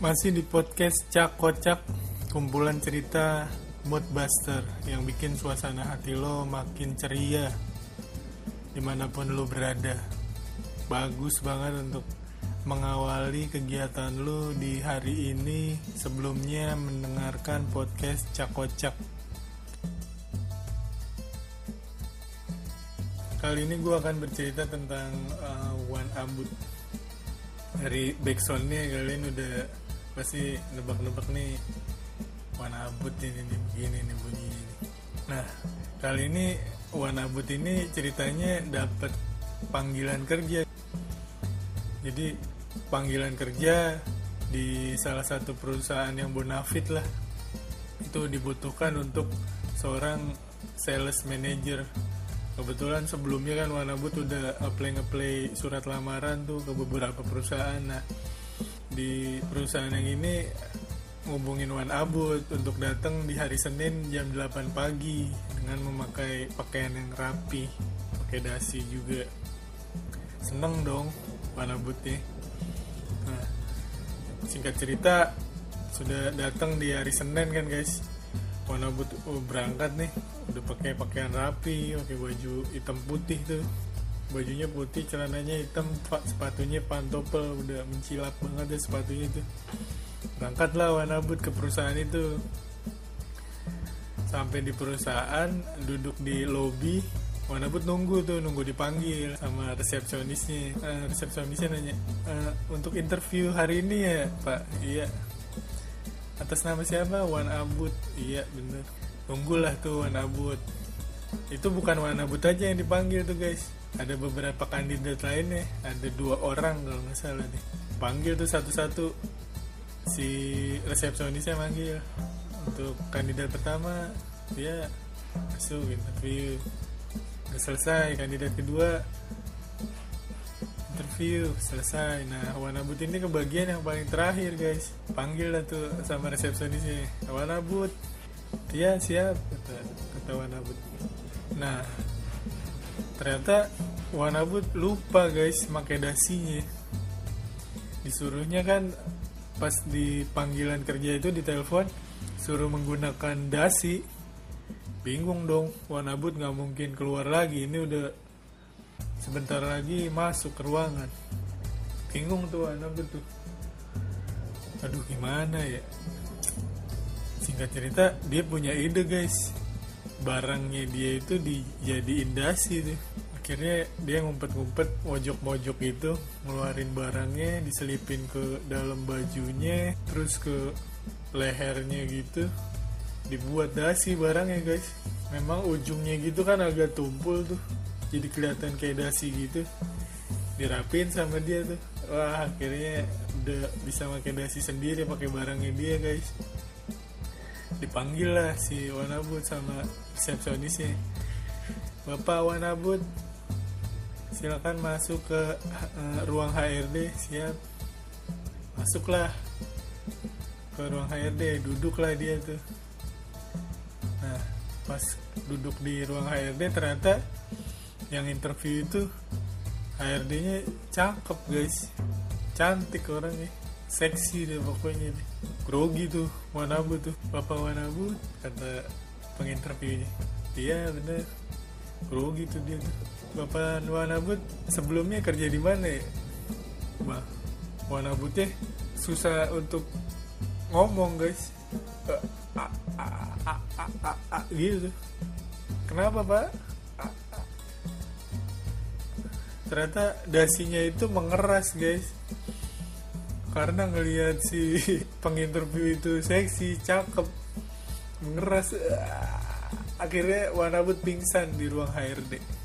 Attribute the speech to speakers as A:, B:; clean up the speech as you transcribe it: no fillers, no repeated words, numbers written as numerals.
A: Masih di podcast Cak Kocak, kumpulan cerita moodbuster yang bikin suasana hati lo makin ceria dimanapun lo berada. Bagus banget untuk mengawali kegiatan lo di hari ini sebelumnya mendengarkan podcast Cak Kocak. Kali ini gue akan bercerita tentang Wan Abut. Dari backsoundnya kalian udah pasti nebak-nebak nih, Wan Abut ini nih, begini nih bunyi ini. Nah, kali ini Wan Abut ini ceritanya dapat panggilan kerja. Jadi panggilan kerja di salah satu perusahaan yang bonafit lah. Itu dibutuhkan untuk seorang sales manager. Kebetulan sebelumnya kan Wan Abut udah apply surat lamaran tuh ke beberapa perusahaan. Nah, di perusahaan yang ini ngubungin Wan Abut untuk datang di hari Senin jam 8 pagi dengan memakai pakaian yang rapi, pakai dasi juga. Seneng dong Wan Abutnya. Nah, singkat cerita sudah datang di hari Senin kan guys. Wan Abut berangkat nih, udah pakai pakaian rapi, pakai baju hitam putih tuh. Bajunya putih, celananya hitam, sepatunya pantopel, udah mencilap banget deh sepatunya tuh. Berangkatlah Wan Abut ke perusahaan itu. Sampai di perusahaan, duduk di lobi, Wan Abut nunggu dipanggil sama resepsionisnya. Resepsionisnya nanya, untuk interview hari ini ya Pak? Iya. Atas nama siapa? Wan Abut. Iya bener. Tunggulah tuh Wan Abut. Itu bukan Wan Abut aja yang dipanggil tuh guys. Ada beberapa kandidat lainnya. Ada 2 orang kalau nggak salah deh. Panggil tuh satu-satu. Si resepsionisnya manggil. Untuk kandidat pertama dia masuk interview. Udah selesai. Kandidat kedua interview selesai. Nah, Wan Abut ini kebagian yang paling terakhir guys. Panggil lah tuh sama resepsionisnya, Wan Abut. Iya siap, kata Wan Abut. Nah, ternyata Wan Abut lupa guys pakai dasinya. Disuruhnya kan pas di panggilan kerja itu di telepon suruh menggunakan dasi. Bingung dong, Wan Abut nggak mungkin keluar lagi. Ini udah sebentar lagi masuk ke ruangan. Bingung tuh Wan Abut tuh. Aduh gimana ya. Singkat cerita dia punya ide guys. Barangnya dia itu dijadiin dasi tuh. Akhirnya dia ngumpet-ngumpet mojok-mojok itu, ngeluarin barangnya, diselipin ke dalam bajunya, terus ke lehernya gitu, dibuat dasi barangnya guys. Memang ujungnya gitu kan agak tumpul tuh, jadi kelihatan kayak dasi gitu. Dirapin sama dia tuh. Wah, akhirnya udah bisa pakai dasi sendiri, pakai barangnya dia guys. Dipanggil lah si Wan Abut sama resepsionisnya. Bapak Wan Abut, silakan masuk ke ruang HRD. Siap. Masuklah ke ruang HRD, duduklah dia tuh. Nah, pas duduk di ruang HRD ternyata yang interview itu HRD-nya cakep guys, cantik orangnya, seksi deh pokoknya. Grogi tuh Wan Abut tuh. Bapak Wan Abut, kata penginterviewnya. Iya bener, grogi tuh dia tuh. Bapak Wan Abut sebelumnya kerja di mana ya? Bah, Wan Abutnya susah untuk ngomong guys. Gitu. Kenapa Pak? Ternyata dasinya itu mengeras guys. Karena ngelihat si penginterview itu seksi, cakep, mengeras. Akhirnya Wan Abut pingsan di ruang HRD.